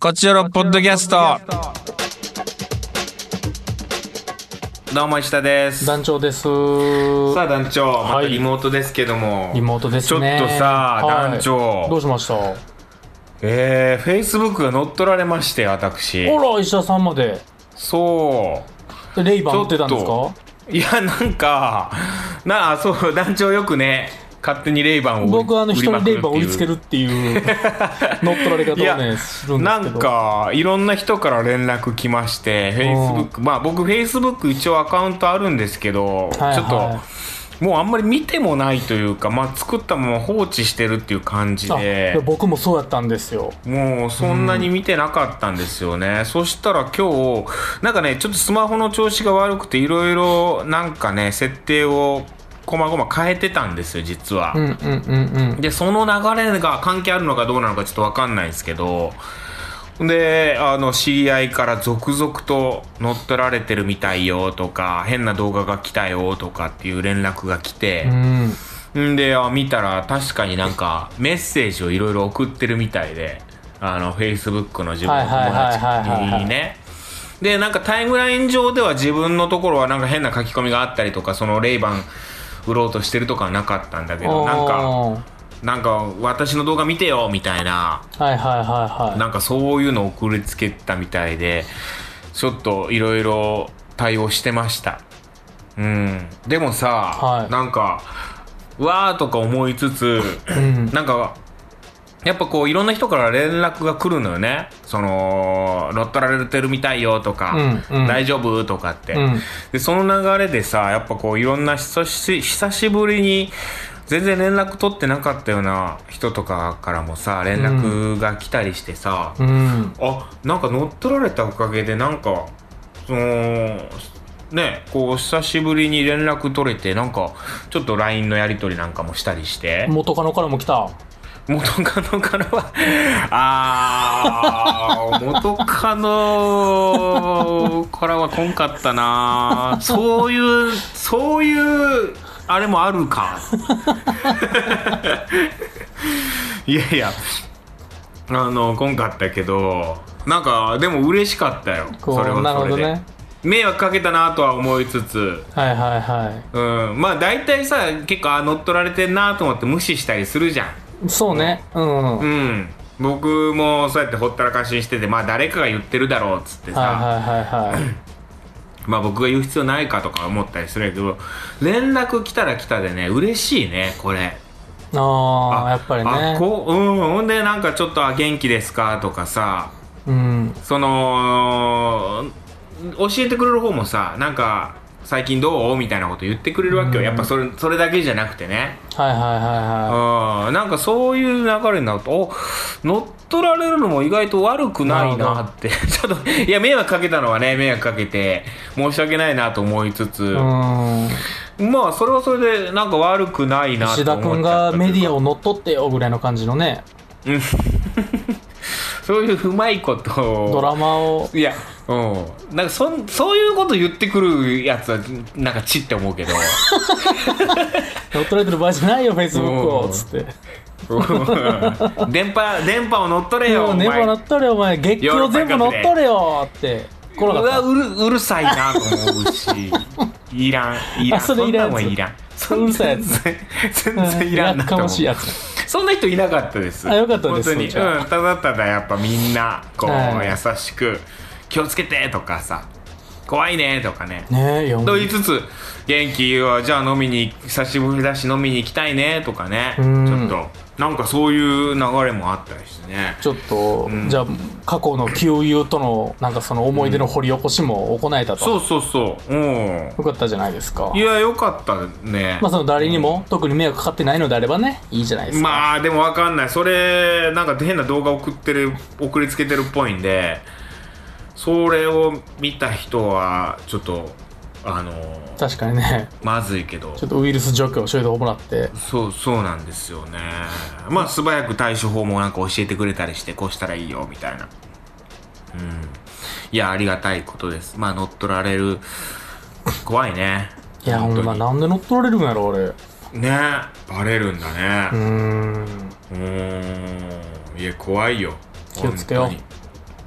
こちらのポッドキャスト。どうも石田です。 団長です。 さあ団長、またリモートですけども、 リモートですね。 ちょっとさ、団長どうしました？ Facebook が乗っ取られまして、私。 あら、石田さんまで。 そうレイバン売ってたんですか？ いや、なんかそう、団長よくね、勝手にレイバンを僕人にレイバンを売りつけるっていう乗っ取られ方をねするんですけど、 なんかいろんな人から連絡来まして、Facebook、まあ僕 Facebook 一応アカウントあるんですけど、ちょっともうあんまり見てもないというか、まあ作ったまま放置してるっていう感じで、 僕もそうやったんですよ。 もうそんなに見てなかったんですよね。そしたら今日なんかね、ちょっとスマホの調子が悪くて、いろいろなんかね設定をこまごま変えてたんですよ実は。でその流れが関係あるのかどうなのかちょっと分かんないですけど、で知り合いから続々と乗っ取られてるみたいよとか、変な動画が来たよとかっていう連絡が来て、で見たら確かになんかメッセージをいろいろ送ってるみたいで、Facebook の自分の友達にね。でなんかタイムライン上では自分のところはなんか変な書き込みがあったりとか、そのレイバン売ろうとしてるとかはなかったんだけど、なんか私の動画見てよみたいな、なんかそういうのを送りつけたみたいで、ちょっといろいろ対応してました。でもさ、なんかわーとか思いつつ、なんかやっぱこういろんな人から連絡が来るのよね。その乗っ取られてるみたいよとか、大丈夫とかって、でその流れでさ、やっぱこういろんな久しぶりに全然連絡取ってなかったような人とかからもさ連絡が来たりしてさ、あ、なんか乗っ取られたおかげでなんかそのね、こう久しぶりに連絡取れて、なんかちょっと LINE のやり取りなんかもしたりして。 元カノからも来た？ 元カノからは元カノからは来んかったな。そういうあれもあるか。いやいや、来んかったけど、なんかでも嬉しかったよ。それはそれで、迷惑かけたなとは思いつつ、まあ大体さ、結構乗っ取られてんなと思って無視したりするじゃん。 そうね。 僕もそうやってほったらかしにしてて、まあ誰かが言ってるだろうっつってさ、まあ僕が言う必要ないかとか思ったりするけど、連絡来たら来たでね、嬉しいねこれ。 やっぱりね。 ほんでなんかちょっと元気ですかとかさ、その教えてくれる方もさ、なんか最近どうみたいなこと言ってくれるわけよ。やっぱそれだけじゃなくてね。なんかそういう流れになると、乗っ取られるのも意外と悪くないなってちょっと、いや迷惑かけたのはね、迷惑かけて申し訳ないなと思いつつ、まあそれはそれでなんか悪くないなと思っちゃった。 石田君がメディアを乗っ取ってよぐらいの感じのね。 そういううまいことドラマを、 いや、なんかそういうこと言ってくるやつはなんかチって思うけど乗っ取られてる場合じゃないよ Facebook をつって電波を乗っ取れよ、 電波乗っ取れよお前、月給全部乗っ取れよってうるさいなと思うしいらんそれいらんやつ、 いらん、 うるさいやつ全然いらんなと思う。そんな人いなかったです。 よかったです。 本当に、ただただやっぱみんなこう、優しく気をつけてとかさ、怖いねとかねと言いつつ、元気はじゃあ飲みに久しぶりだし飲みに行きたいねとかね、ちょっとなんかそういう流れもあったりしてね。 ちょっと、じゃあ過去の旧友とのなんかその思い出の掘り起こしも行えたと。 そう、 よかったじゃないですか。 いや、よかったね。 まあその誰にも特に迷惑かかってないのであればね、いいじゃないですか。 まあでも分かんない、それなんか変な動画送りつけてるっぽいんで、それを見た人はちょっと確かにね、 まずいけど、 ちょっとウイルス除去を教えてもらって。 そうなんですよね。まあ素早く対処法もなんか教えてくれたりして、こうしたらいいよみたいな。いや、ありがたいことです。まあ乗っ取られる、怖いね。 いや、ほんまなんで乗っ取られるんやろ俺ね。バレるんだね。いや怖いよ。 気をつけよう。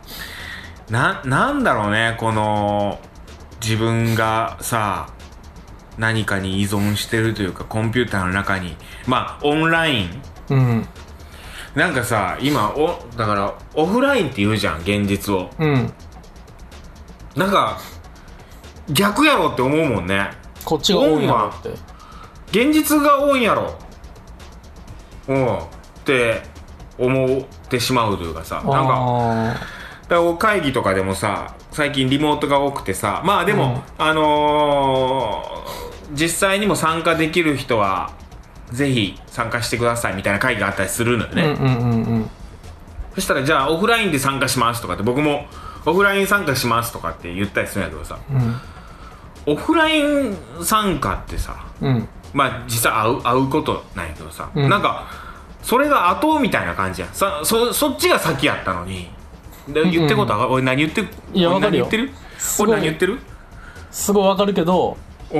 なんだろうね、この自分がさ何かに依存してるというか、コンピューターの中にまあオンライン、 うん、 なんかさ今だからオフラインって言うじゃん現実を、 うん、 なんか逆やろって思うもんね。 こっちがオンやろって、 現実がオンやろって思ってしまうというかさ、なんかだから会議とかでもさ最近リモートが多くてさ、まあでも、実際にも参加できる人はぜひ参加してくださいみたいな会議があったりするのよね、そしたらじゃあオフラインで参加しますとかって、僕もオフライン参加しますとかって言ったりするんやけどさ、オフライン参加ってさ、まあ実際会うことなんやけどさ、なんかそれが後みたいな感じやん。そっちが先やったのに。言ってることは、俺何言ってる？ いや、わかるよ。 俺何言ってる？ すごいわかるけど、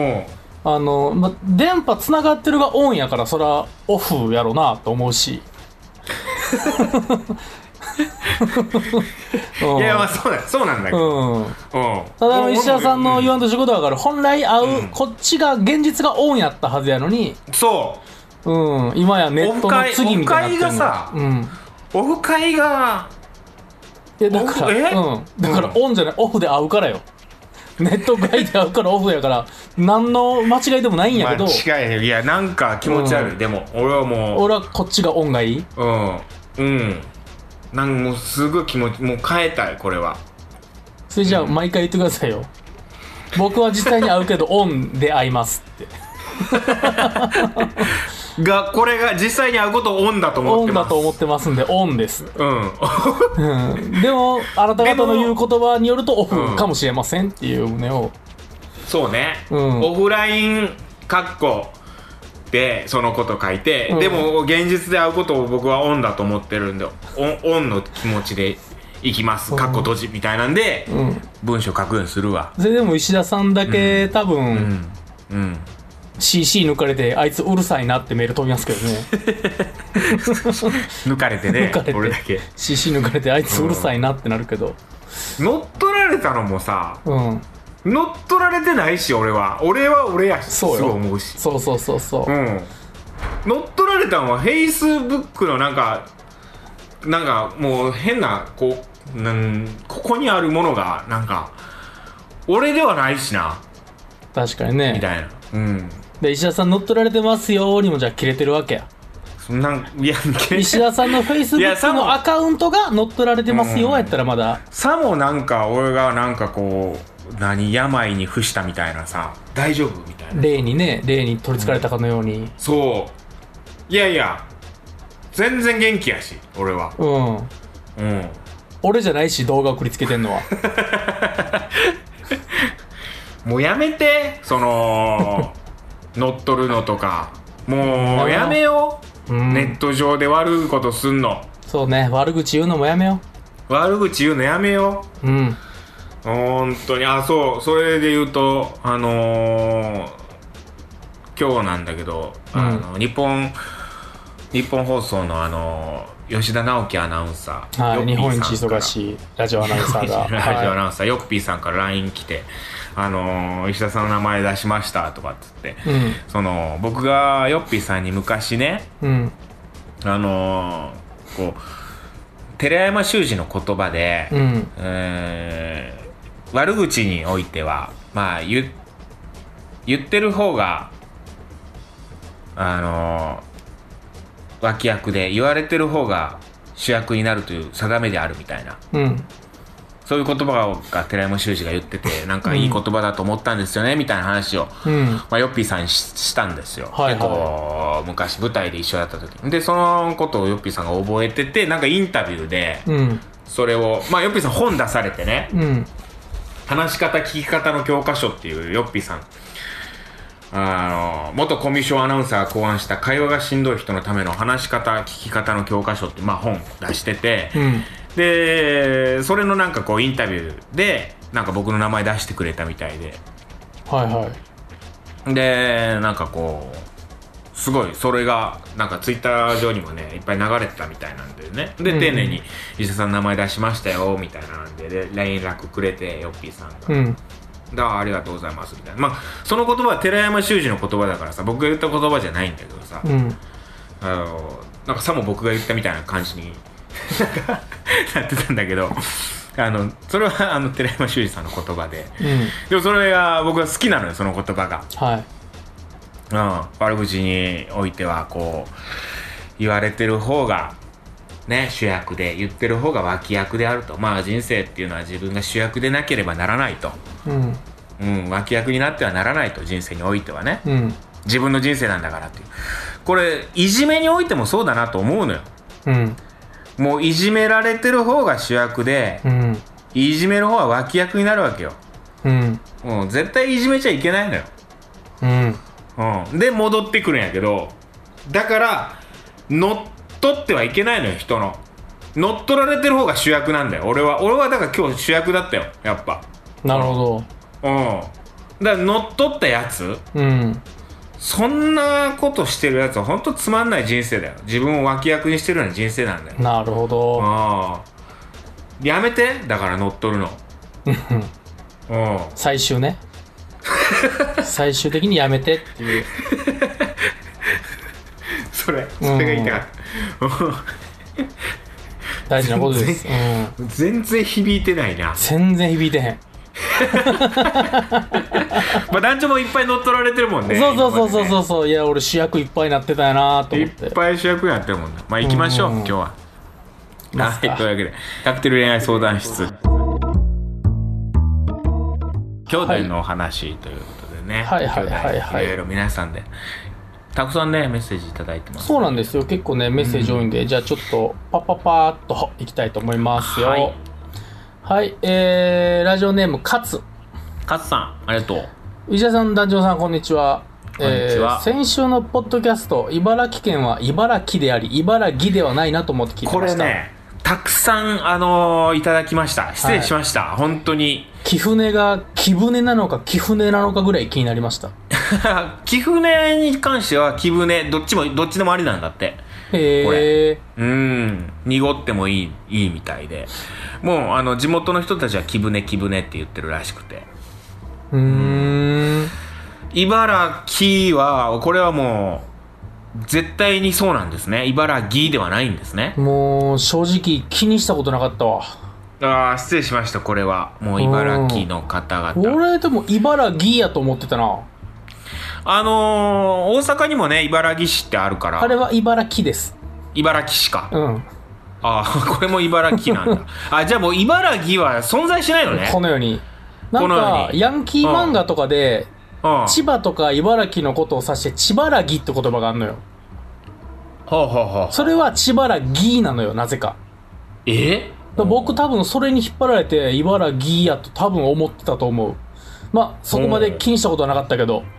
電波つながってるがオンやから、そらオフやろなと思うし。 いや、まあそうなんだけど、 ただ石田さんの言わんとしたことは分かる。本来こっちが現実がオンやったはずやのに、今やネットの次みたいになってるの。 オフ会がいやだからオンじゃない、オフで会うからよ。ネット外で会うからオフやから、何の間違いでもないんやけど、 違い、いやなんか気持ち悪い、でも俺はこっちがオンがいい。 なんかもうすごい気持ち、もう変えたいこれは。 それじゃあ毎回言ってくださいよ、僕は実際に会うけどオンで会いますってこれが実際に会うことをオンだと思ってます。 オンだと思ってますんでオンです。でもあなた方の言う言葉によるとオフかもしれませんっていう旨を、 そうね、オフラインカッコでそのこと書いて、でも現実で会うことを僕はオンだと思ってるんで、オンの気持ちでいきます、カッコ閉じみたいなんで、文章書くようにするわ。 それでも石田さんだけ、多分、CC 抜かれてあいつうるさいなってメール飛びますけどね。 抜かれてね、俺だけ CC 抜かれてあいつうるさいなってなるけど、 乗っ取られたのもさ、乗っ取られてないし、俺は俺やし、すごい思うし、 そう、 乗っ取られたのは Facebook のなんかもう変なここにあるものがなんか俺ではないしな、 確かにね、 みたいな。 で石田さん乗っ取られてますよにもじゃあ切れてるわけや。 いや石田さんの Facebook のアカウントが乗っ取られてますよやったらまだ、 さもなんか俺がなんかこう病に伏したみたいなさ、大丈夫みたいな、 霊に取りつかれたかのように、 そういや全然元気やし俺は。 俺じゃないし動画送りつけてんのは。 もうやめて乗っ取るのとか、もうやめよう、ネット上で悪いことすんの。 そうね、悪口言うのもやめよう。悪口言うのやめよう。本当に。それで言うと今日なんだけど、日本放送の吉田直樹アナウンサー、 日本一忙しいラジオアナウンサーがラジオアナウンサー、ヨッピーさんから LINE 来て、石田さんの名前出しましたとかっつって、僕がヨッピーさんに昔ね、こう寺山修司の言葉で、悪口においてはまあ言ってる方が脇役で、言われてる方が主役になるという定めであるみたいな、そういう言葉が寺山修司が言ってて、なんかいい言葉だと思ったんですよねみたいな話を、ヨッピーさんにしたんですよ、結構昔舞台で一緒だった時で、そのことをヨッピーさんが覚えてて、なんかインタビューで、それをヨッピーさん本出されてね、話し方聞き方の教科書っていう、ヨッピーさん元コミュ障アナウンサーが考案した会話がしんどい人のための話し方聞き方の教科書って、本出してて、でそれのなんかこうインタビューでなんか僕の名前出してくれたみたいで、でなんかこうすごいそれがなんかツイッター上にもねいっぱい流れてたみたいなんでね。で、丁寧に石田さん名前出しましたよみたいなんで連絡くれて、ヨッピーさんが、ありがとうございますみたいな。まあその言葉は寺山修司の言葉だからさ、僕が言った言葉じゃないんだけどさ、なんかさも僕が言ったみたいな感じになってたんだけど、それは寺山修司さんの言葉で、でもそれが僕は好きなのよ、その言葉が。悪口においてはこう言われてる方がね主役で、言ってる方が脇役であると。まあ人生っていうのは自分が主役でなければならないと、脇役になってはならないと、人生においてはね、自分の人生なんだからっていう。これいじめにおいてもそうだなと思うのよ。もういじめられてる方が主役で、いじめる方は脇役になるわけよ。絶対いじめちゃいけないのよ。で戻ってくるんやけど、だから乗っ取ってはいけないのよ、人の。乗っ取られてる方が主役なんだよ。俺はだから今日主役だったよ、やっぱ。 なるほど。だから乗っ取ったやつ、そんなことしてるやつは本当つまんない人生だよ。自分を脇役にしてるような人生なんだよ。 なるほど。 やめて、だから乗っ取るの。 最終ね。最終的にやめてっていう。 それが言いたかった。 大事なことです。 全然響いてないな。 全然響いてへん。 まあ団長もいっぱい乗っ取られてるもんね。 そう。いや俺主役いっぱいになってたやなと思って。 いっぱい主役になってるもんね。まあ行きましょう、今日は。はい、というわけでカクテル恋愛相談室、兄弟のお話ということでね、いろいろ皆さんでたくさんねメッセージいただいてます。 そうなんですよ、結構ねメッセージ多いんで、じゃあちょっとパーっといきたいと思いますよ。はい、ラジオネームカツさん、ありがとう。 石田さん、団長さん、こんにちは。先週のポッドキャスト、茨城県は茨城であり茨城ではないなと思って聞いてました。 これねたくさんいただきました。失礼しました、本当に。 貴船が貴船なのか貴船なのかぐらい気になりました。 貴船に関しては貴船どっちでもありなんだって。 へえ。濁ってもいいみたいで、もう地元の人たちは貴船って言ってるらしくて。茨城はこれはもう絶対にそうなんですね。茨城ではないんですね。 もう正直気にしたことなかったわ。 失礼しました。これはもう茨城の方々。 俺でも茨城やと思ってたな。 大阪にもね茨城市ってあるから。 あれは茨城です。 茨城市か。これも茨城なんだ。じゃあもう茨城は存在しないのね。 このようになんかヤンキー漫画とかで、千葉とか茨城のことを指して千原城って言葉があるのよ。それは千原城なのよ、なぜか。僕多分それに引っ張られて茨城やと多分思ってたと思う。まあそこまで気にしたことはなかったけど。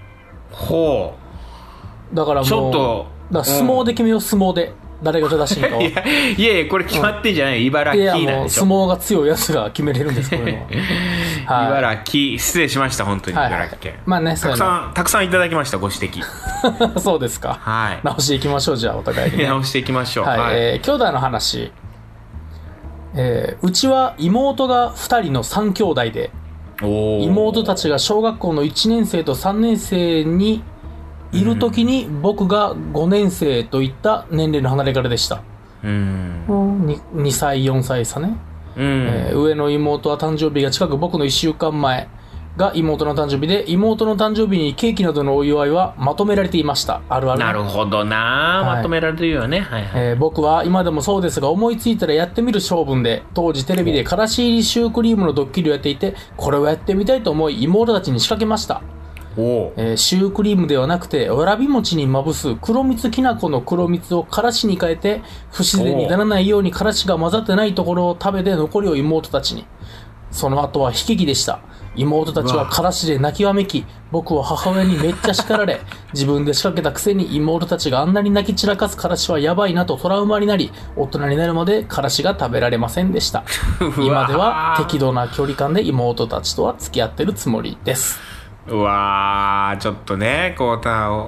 だからもうちょっと相撲で決めよう。相撲で誰が正しいかは。 いやこれ決まってんじゃない。茨城なんでしょ。いやもう相撲が強いやつが決めれるんです、これは。 茨城、失礼しました、本当に。茨城県。 まあね、 たくさんいただきました、ご指摘。 そうですか。直していきましょう、じゃあお互いに。 直していきましょう。 兄弟の話。うちは妹が2人の3兄弟で、妹たちが小学校の1年生と3年生にいる時に僕が5年生といった年齢の離れからでした。2歳4歳差ね。上の妹は誕生日が近く、僕の1週間前が妹の誕生日で、妹の誕生日にケーキなどのお祝いはまとめられていました。あるある。 なるほどな、まとめられてるよね。 僕は今でもそうですが、思いついたらやってみる性分で、当時テレビでからし入りシュークリームのドッキリをやっていて、これをやってみたいと思い妹たちに仕掛けました。シュークリームではなくてわらび餅にまぶす黒蜜きな粉の黒蜜をからしに変えて、不自然にならないようにからしが混ざってないところを食べて、残りを妹たちに。その後は悲劇でした。妹たちはからしで泣きわめき、僕は母親にめっちゃ叱られ、自分で仕掛けたくせに妹たちがあんなに泣き散らかすからしはやばいなとトラウマになり、大人になるまでからしが食べられませんでした。今では適度な距離感で妹たちとは付き合ってるつもりです。 ちょっとね、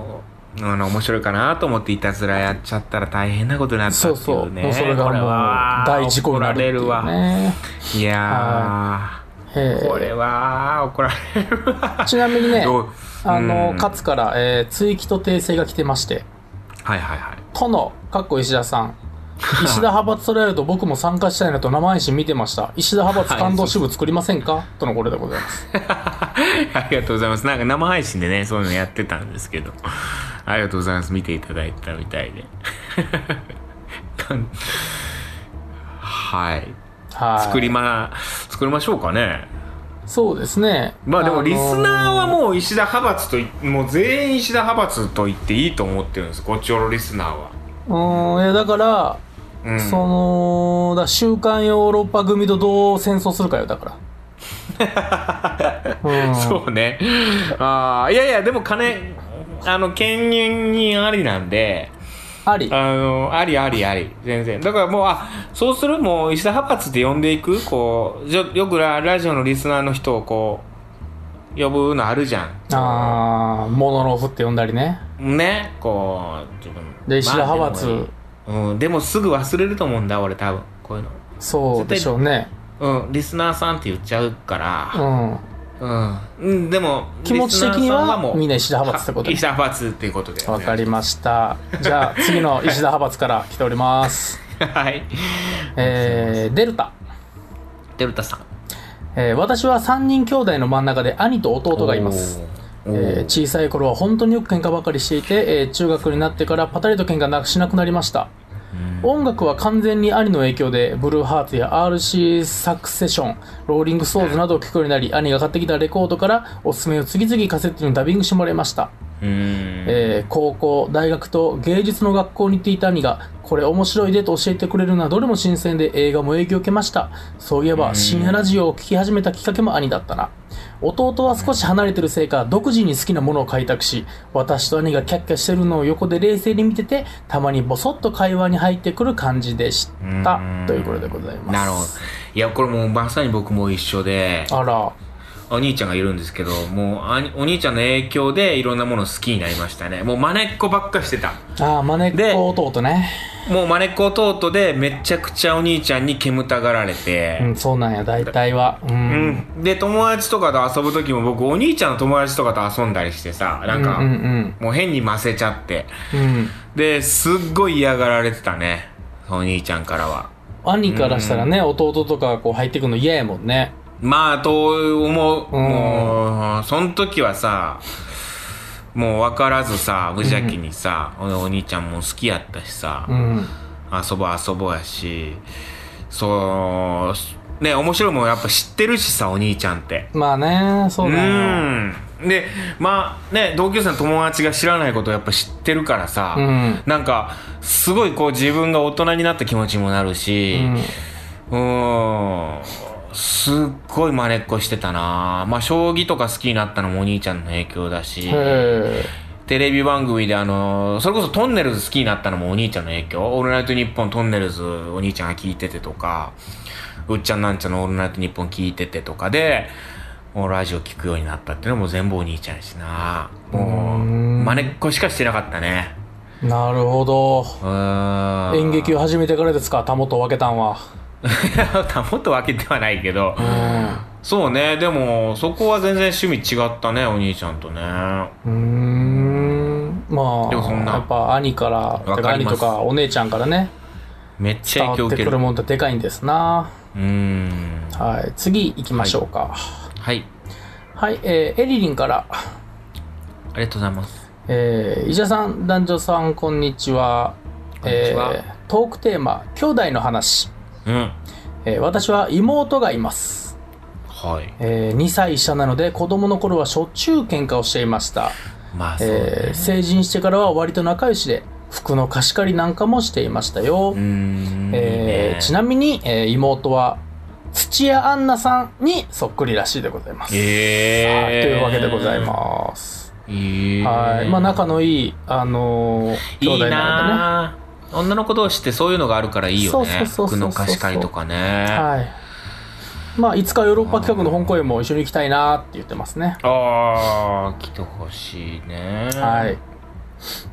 面白いかなと思っていたずらやっちゃったら大変なことになったっていうね。 そうもうそれがもう大事故になるっていうね。 怒られるわ。いやー、これは怒られるわ。 ちなみにね、勝から、追記と訂正が来てまして、 はい殿石田さん、石田派閥とられると僕も参加したいなと生配信見てました。石田派閥感動支部作りませんか、とのこれでございます。 ありがとうございます。なんか生配信でね、そういうのやってたんですけど、ありがとうございます。見ていただいたみたいで。はい。作りましょうかね。 そうですね。 まあでもリスナーはもう石田派閥ともう全員石田派閥と言っていいと思ってるんです。ゴチョロリスナーは。 いやだから、週刊ヨーロッパ組とどう戦争するかよ、だから。 そうね。いやでも兼任ありなんで。あり全然。だからもうそうする、もう石田派閥って呼んでいく、こうよくラジオのリスナーの人をこう呼ぶのあるじゃん。 モノローフって呼んだりね。 こう自分で石田派閥、 でもすぐ忘れると思うんだ俺、多分こういうの。 そうでしょうね。 リスナーさんって言っちゃうから。でも気持ち的にはみんな石田派閥ってことで。 石田派閥っていうことで。 わかりました。じゃあ次の石田派閥から来ております。 はい。 デルタさん。 私は3人兄弟の真ん中で兄と弟がいます。小さい頃は本当によく喧嘩ばかりしていて、中学になってからパタリと喧嘩しなくなりました。音楽は完全に兄の影響で、ブルーハーツや RC サクセション、ローリングストーンズなどを聴くようになり、兄が買ってきたレコードからおすすめを次々カセットにダビングしてもらいました。高校、大学と芸術の学校に行っていた兄が、これ面白いでと教えてくれるのはどれも新鮮で、映画も影響を受けました。そういえば深夜ラジオを聴き始めたきっかけも兄だったな。弟は少し離れてるせいか、独自に好きなものを開拓し、私と兄がキャッキャしてるのを横で冷静に見てて、たまにボソッと会話に入ってくる感じでしたということでございます。 なるほど。いや、これもうまさに僕も一緒で、 あら、 お兄ちゃんがいるんですけど、もうお兄ちゃんの影響でいろんなものを好きになりましたね。もうマネっ子ばっかしてた。 マネっ子弟ね。 もうマネっ子弟でめちゃくちゃお兄ちゃんに煙たがられて、 そうなんや、大体は。 で友達とかと遊ぶ時も僕お兄ちゃんの友達とかと遊んだりしてさ、なんか、もう変にませちゃって、ですっごい嫌がられてたね、お兄ちゃんからは。 兄からしたらね、弟とかこう入ってくるの嫌やもんね。 まあと思う。もうその時はさ、もう分からずさ、無邪気にさ、お兄ちゃんも好きやったしさ、遊ぼうやし、そうね、面白いもんやっぱ知ってるしさ、お兄ちゃんって。 まあね、そうだよ。 でまあね、同級生の友達が知らないことをやっぱ知ってるからさ、なんかすごいこう自分が大人になった気持ちにもなるし、すっごい真似っこしてたな。まあ将棋とか好きになったのもお兄ちゃんの影響だし、テレビ番組でそれこそトンネルズ好きになったのもお兄ちゃんの影響。オールナイトニッポントンネルズお兄ちゃんが聞いててとか、うっちゃんなんちゃんのオールナイトニッポン聞いててとかで、もうラジオ聞くようになったっていうのも全部お兄ちゃんやしな。もう真似っこしかしてなかったね。 なるほど。演劇を始めてからですか、たもと分けたんは。 たもと分けてはないけど、そうね。でもそこは全然趣味違ったね、お兄ちゃんとね。 まあでもそんなやっぱ兄から、兄とかお姉ちゃんからね、 めっちゃ影響受ける。伝わってくるもんってでかいんですな。はい、次行きましょうか。 はいはい、エリリンから。 ありがとうございます。 医者さん、男女さん、こんにちは。トークテーマ、兄弟の話。私は妹がいます。2歳下なので子供の頃はしょっちゅう喧嘩をしていました。成人してからは割と仲良しで服の貸し借りなんかもしていましたよ。ちなみに、妹は土屋アンナさんにそっくりらしいでございます。というわけでございます。はい、まあ仲のいい兄弟なのでね。 女の子同士ってそういうのがあるからいいよね。服の貸し借りとかね。 はい。まあいつかヨーロッパ企画の本公演も一緒に行きたいなって言ってますね。 来てほしいね。 はい。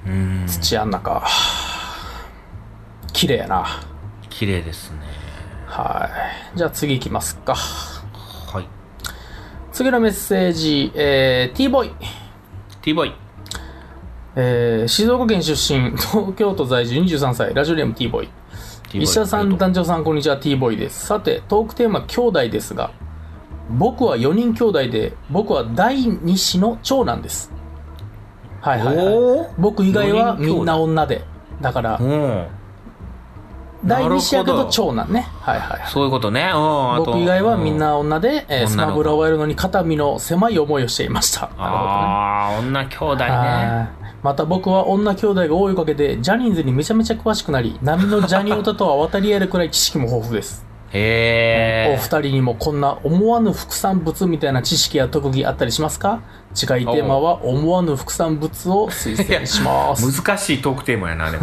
土屋アンナか。綺麗やな。 綺麗ですね。 はい。じゃあ次行きますか。 はい。 次のメッセージ、T ボーイ。 T ボーイ。 静岡県出身、東京都在住23歳、ラジオネーム T ボーイ。石田さん、団長さん、こんにちは。 T ボーイです。さて、トークテーマ、兄弟ですが、僕は4人兄弟で、僕は第2子の長男です。はいはいはい。僕以外はみんな女で。だから、第2子やけど長男ね。はいはいはい。 そういうことね。 僕以外はみんな女で、スマブラを終えるのに肩身の狭い思いをしていました。なるほどね。 ああ、女兄弟ね。 また僕は女兄弟が多いおかげでジャニーズにめちゃめちゃ詳しくなり、波のジャニオタとは渡り合えるくらい知識も豊富です。 へお二人にもこんな思わぬ副産物みたいな知識や特技あったりしますか？次回テーマは思わぬ副産物を推薦します。 難しいトークテーマやなでも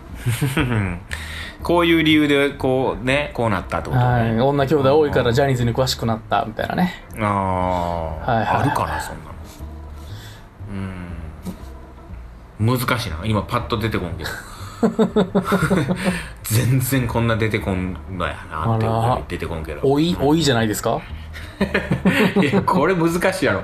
こういう理由でこうね、こうなったってことね。 はい、女兄弟多いからジャニーズに詳しくなったみたいなね。 はいはい、あるかなそんなの。難しいな、今パッと出てこんけど全然こんな出てこんのやなっていうぐらい出てこんけど。 おいじゃないですかいやこれ難しいやろ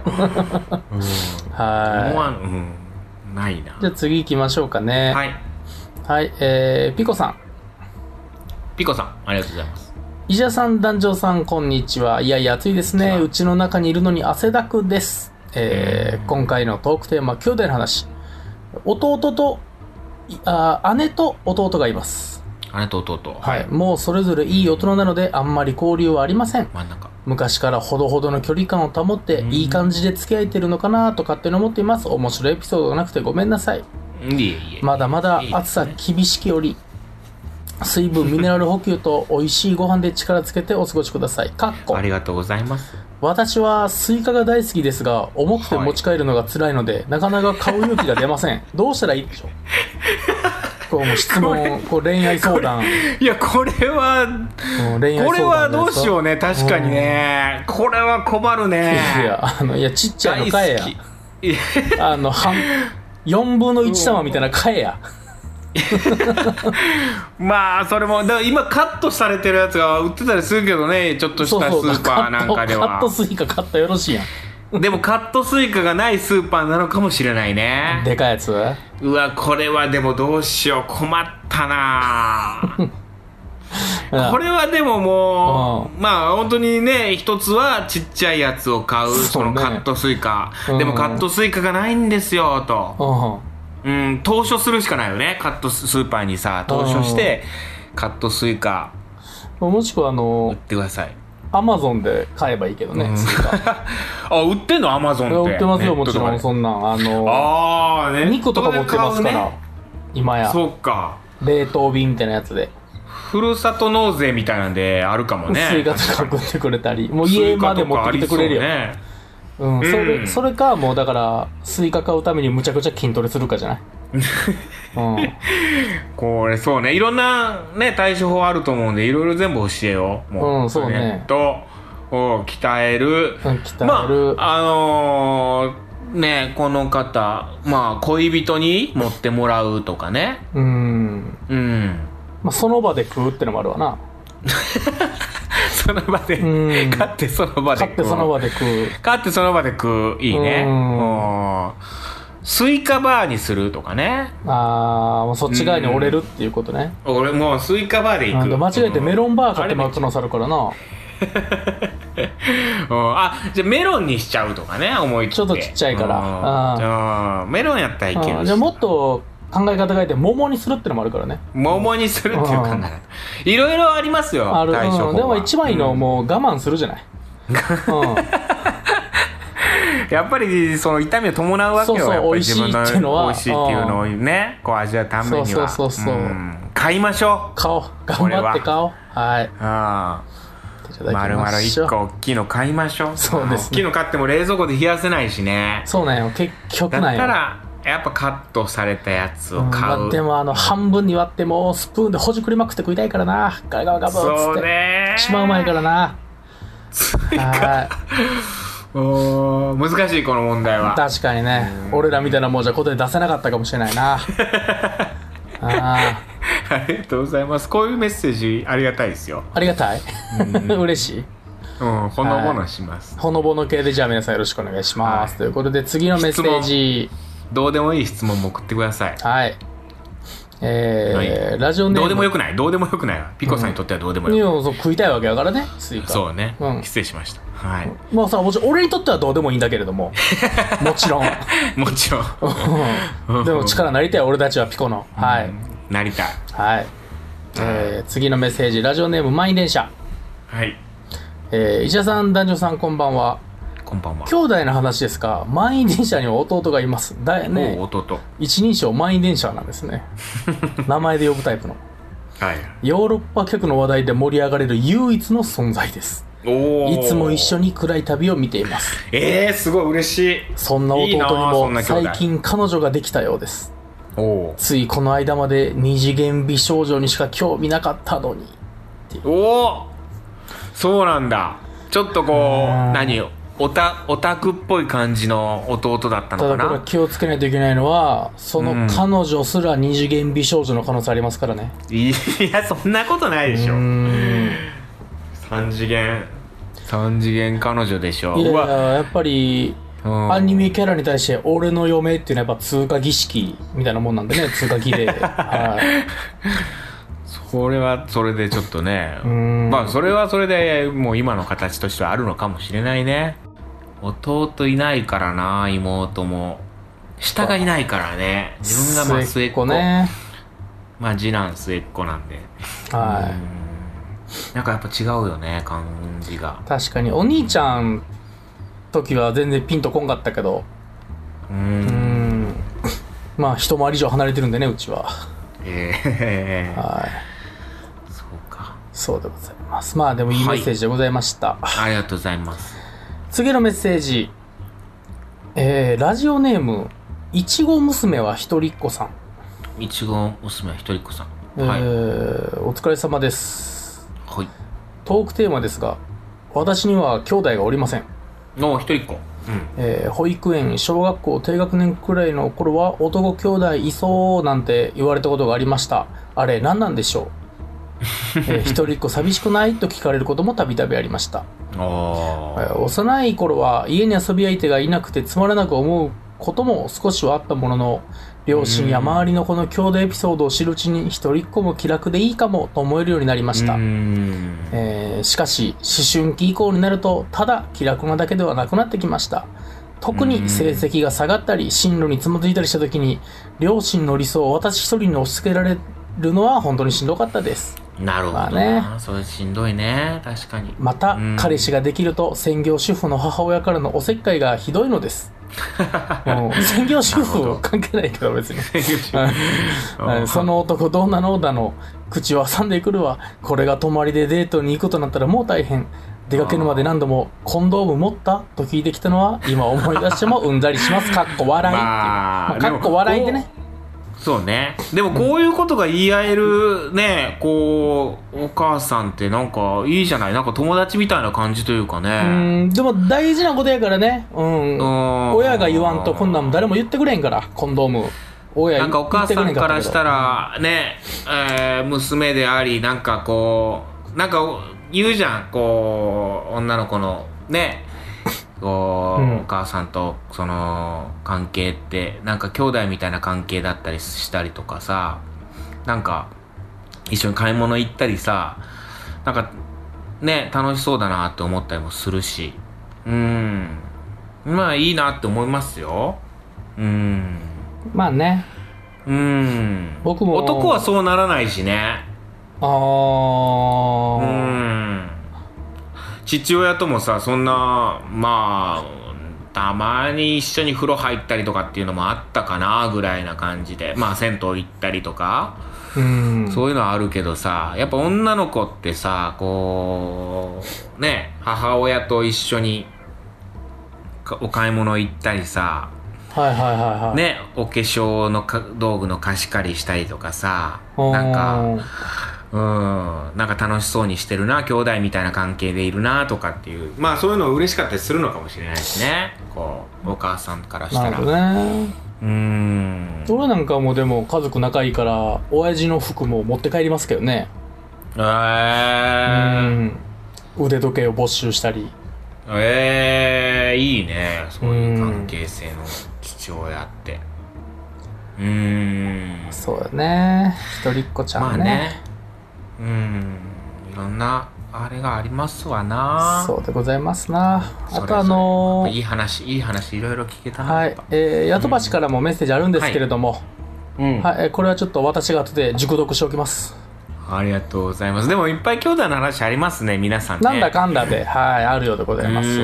はい、 思わん、ないな。 じゃあ次行きましょうかね。 はいはい、ピコさん。 ピコさん、ありがとうございます。 石田さん、団長さん、こんにちは。いやいや暑いですね。うちの中にいるのに汗だくです。今回のトークテーマ、兄弟の話。弟と姉と弟がいます。 姉と弟、 はい、もうそれぞれいい大人なのであんまり交流はありません。 真ん中。 昔からほどほどの距離感を保っていい感じで付き合えてるのかなと勝手に思っています。面白いエピソードがなくてごめんなさい。まだまだ暑さ厳しきより水分ミネラル補給と美味しいご飯で力つけてお過ごしください。 ありがとうございます。 私はスイカが大好きですが重くて持ち帰るのが辛いので、なかなか買う勇気が出ません。どうしたらいいでしょうこうも質問、こう恋愛相談。 いやこれはどうしようね。確かにね、これは困るね。 いやちっちゃいの買えや。4分の1玉みたいな買えやまあそれもだから今カットされてるやつが売ってたりするけどね、ちょっとしたスーパーなんかでは。 カットスイカ買ったらよろしいやんでもカットスイカがないスーパーなのかもしれないね。 でかいやつ。 うわこれはでもどうしよう、困ったなこれはでももうまあ本当にね、一つはちっちゃいやつを買う、そのカットスイカ、でもカットスイカがないんですよと、投書するしかないよね。カットスーパーにさ投書してカットスイカ、 もしくは売ってください。 アマゾンで買えばいいけどね、スイカあ、売ってんのアマゾンって。 売ってますよ、もちろん。そんなん肉とかも売ってますから、今や。 そうか、 冷凍便みたいなやつでふるさと納税みたいなんであるかもね。 スイカとか送ってくれたり、もう家まで持ってきてくれるよ。それかもうだからスイカ買うためにむちゃくちゃ筋トレするかじゃないこれそうね、いろんなね対処法あると思うんで、いろいろ全部教えよう。もうそうね。 鍛える。まあね、この方まあ恋人に持ってもらうとかね。 まあその場で食うってのもあるわなその場で買ってその場で食う。買ってその場で食う。いいね。スイカバーにするとかね。 もうそっち側に折れるっていうことね。 俺もうスイカバーでいく。 間違えてメロンバー買ってもらう可能性あるからなじゃあメロンにしちゃうとかね、思い切って。 ちょっとちっちゃいからメロンやったらいけるし。 じゃあもっと考え方変えて桃にするってのもあるからね。 桃にするっていう考え方いろいろありますよ。対処法は。 でも一番いいのはもう我慢するじゃないやっぱりその痛みを伴うわけよ。やっぱり自分の美味しいっていうのをね、こう味わうためには買いましょう。 頑張って買おう。はい。 丸々1個大きいの買いましょう。 そうですね。 大きいの買っても冷蔵庫で冷やせないしね。 そうなんよ、結局なんよ。 だったらやっぱカットされたやつを買う。 でも半分に割ってもスプーンでほじくりまくって食いたいからな。ガブガブガブっつって。一番うまいからな。 難しいこの問題は。 確かにね、俺らみたいなもんじゃ答え出せなかったかもしれないな。 ありがとうございます。こういうメッセージありがたいですよ。 ありがたい。嬉しい。 ほのぼのします。 ほのぼの系で、じゃあ皆さんよろしくお願いします。ということで次のメッセージ、 どうでもいい質問も送ってください。 はい。ラジオネームどうでもよくない、どうでもよくないわ。ピコさんにとってはどうでもよくない。 いや、そう食いたいわけだからね、スイカ。 そうね、失礼しました。はい。 まあさ、もちろん俺にとってはどうでもいいんだけれども、もちろんもちろんでも力になりたい俺たちはピコの。はい、 なりたい。 はい。次のメッセージ、ラジオネーム満員電車。 はい。 石田さん、男女さん、こんばんは。 こんばんは。 兄弟の話ですか。満員電車には弟がいますだよね。 弟。 一人称満員電車なんですね。名前で呼ぶタイプの。 はい。 ヨーロッパ客の話題で盛り上がれる唯一の存在です。いつも一緒に暗い旅を見ています。 すごい嬉しい。 そんな弟にも最近彼女ができたようです。ついこの間まで二次元美少女にしか興味なかったのに。 そうなんだ。ちょっとこうオタクっぽい感じの弟だったのかな。 ただこれ気をつけないといけないのは、その彼女すら二次元美少女の可能性ありますからね。 いや、そんなことないでしょ。三次元彼女でしょ。 いややっぱりアニメキャラに対して俺の嫁っていうのはやっぱ通過儀式みたいなもんなんでね。通過儀礼。はい。 それはそれでちょっとね、まあそれはそれでもう今の形としてはあるのかもしれないね。弟いないからな。妹も下がいないからね。自分がまあ末っ子ね。まあ次男末っ子なんで、はい。なんかやっぱ違うよね、感じが。 確かにお兄ちゃん時は全然ピンとこんかったけど、まあ一回り以上離れてるんでね、うちは。はい。そうでございます。まあでもいいメッセージでございました。 ありがとうございます。 次のメッセージ、ラジオネームいちご娘は一人っ子さん。 いちご娘は一人っ子さん。 お疲れ様です。 はい。 トークテーマですが、私には兄弟がおりません。 一人っ子。 保育園、小学校低学年くらいの頃は男兄弟いそうなんて言われたことがありました。あれ何なんでしょう。一人っ子寂しくないと聞かれることもたびたびありました。幼い頃は家に遊び相手がいなくてつまらなく思うことも少しはあったものの、両親や周りのこの兄弟エピソードを知るうちに一人っ子も気楽でいいかもと思えるようになりました。しかし思春期以降になるとただ気楽なだけではなくなってきました。特に成績が下がったり進路につまずいたりした時に、両親の理想を私一人に押し付けられるのは本当にしんどかったです。 なるほどな、ね、それしんどいね。確かに。 また、彼氏ができると専業主婦の母親からのおせっかいがひどいのです。専業主婦関係ないけど別にその男どうなのだの、口を挟んでくるわ。これが泊まりでデートに行くことになったらもう大変。出かけるまで何度もコンドーム持ったと聞いてきたのは今思い出してもうんざりします。かっこ笑いっていう、かっこ笑いでね。 そうね。でもこういうことが言い合えるね、こうお母さんってなんかいいじゃない。なんか友達みたいな感じというかね。 でも大事なことやからね。親が言わんとこんなん誰も言ってくれんから、コンドーム。 なんかお母さんからしたらね、娘であり、なんかこうなんか言うじゃん、こう女の子のね、こうお母さんとその関係ってなんか兄弟みたいな関係だったりしたりとかさ、なんか一緒に買い物行ったりさ、なんかね楽しそうだなって思ったりもするし、まあいいなって思いますよ。 まあね。僕も男はそうならないしね。父親ともさ、そんなまあたまに一緒に風呂入ったりとかっていうのもあったかなぐらいな感じで、まあ銭湯行ったりとか、そういうのはあるけどさ、やっぱ女の子ってさ、こうね、母親と一緒にお買い物行ったりさ、ね、お化粧の道具の貸し借りしたりとかさ、なんかなんか楽しそうにしてるな、兄弟みたいな関係でいるなとかっていう、まあそういうの嬉しかったりするのかもしれないしね、こうお母さんからしたら。 なるほどね。俺なんかもでも家族仲いいから親父の服も持って帰りますけどね。腕時計を没収したり。いいね、そういう関係性の父親って。 そうだね、一人っ子ちゃんね。 まあね、いろんなあれがありますわな。 そうでございますな。あといい話いろいろ聞けたな。 はい、ヤトバシからもメッセージあるんですけれども、はい、これはちょっと私が後で熟読しておきます。 ありがとうございます。でもいっぱい兄弟の話ありますね、皆さんね。 なんだかんだで、はい、あるようでございます。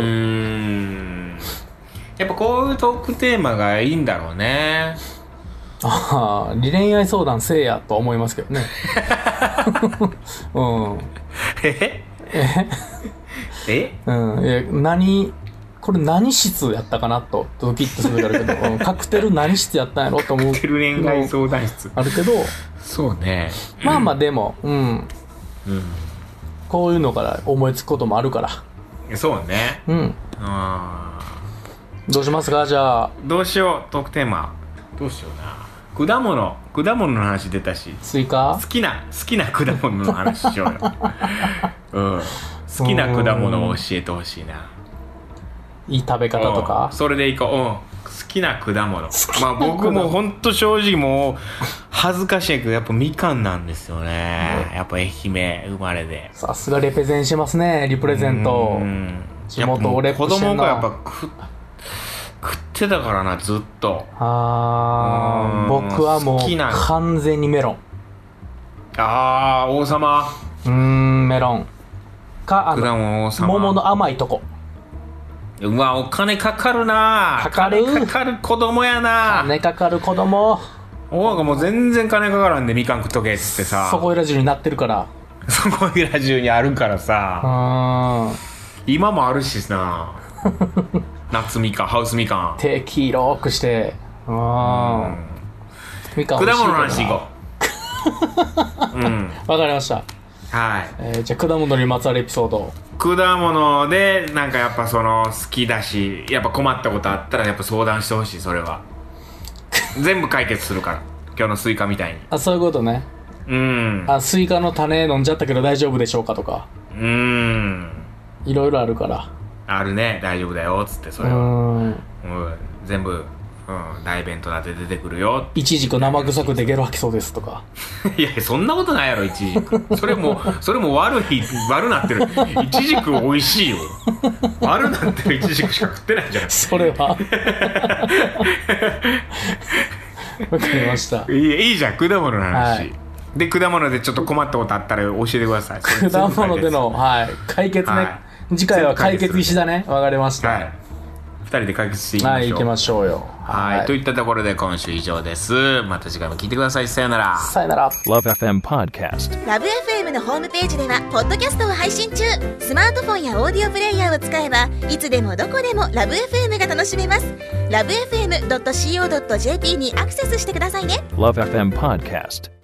やっぱこういうトークテーマがいいんだろうね。 恋愛相談せえやと思いますけどね。これ何室やったかなとドキッとするからけど、カクテル何室やったんやろと思う。 カクテル恋愛相談室あるけど、 そうね。 まあまあでも、こういうのから思いつくこともあるから。 そうね。 どうしますか、じゃあ。 どうしよう、トークテーマ。どうしような。果物の話出たし。 スイカ？ 好きな果物の話しようよ。好きな果物を教えてほしいな。 いい食べ方とか？ それでいこう。好きな果物。まあ僕もほんと正直もう恥ずかしいけどやっぱみかんなんですよね。やっぱ愛媛生まれで。 さすがレペゼンしますね、リプレゼント。地元をレップしてんな。 子供がやっぱ食ってたからな、ずっと。 僕はもう完全にメロン。 王様。 メロンか桃の甘いとこ。 うわ、お金かかるな。金かかる子供やな。 金かかる子供。 おがもう全然金かからんでみかん食っとけっつってさ。 そこいら中になってるから。 そこいら中にあるからさ。今もあるしな。夏みかん、ハウスみかん。 手黄色くして。みかん果物の話いこう。わかりました。 はい。 じゃあ果物にまつわるエピソード。 果物でなんかやっぱその好きだし、やっぱ困ったことあったらやっぱ相談してほしい。それは全部解決するから、今日のスイカみたいに。 そういうことね。スイカの種飲んじゃったけど大丈夫でしょうかとか。いろいろあるから。あるね、大丈夫だよっつって。それは全部大弁当だって出てくるよ。 イチジク生臭くてゲロ吐きそうですとか。 いやそんなことないやろ、イチジク。それも悪なってる。イチジク美味しいよ。悪なってるイチジクしか食ってないんじゃない。 それはわかりました。 いいじゃん、果物の話、で果物でちょっと困ったことあったら教えてください。 果物での解決ね、次回は解決石だね。わかりました。 2人で解決していきましょう。 行きましょうよ。 といったところで今週以上です。また次回も聞いてください。さよなら。 さよなら。 LoveFM Podcast。 LoveFM のホームページではポッドキャストを配信中。スマートフォンやオーディオプレイヤーを使えばいつでもどこでも LoveFM が楽しめます。 LoveFM.co.jp にアクセスしてくださいね。 LoveFM Podcast。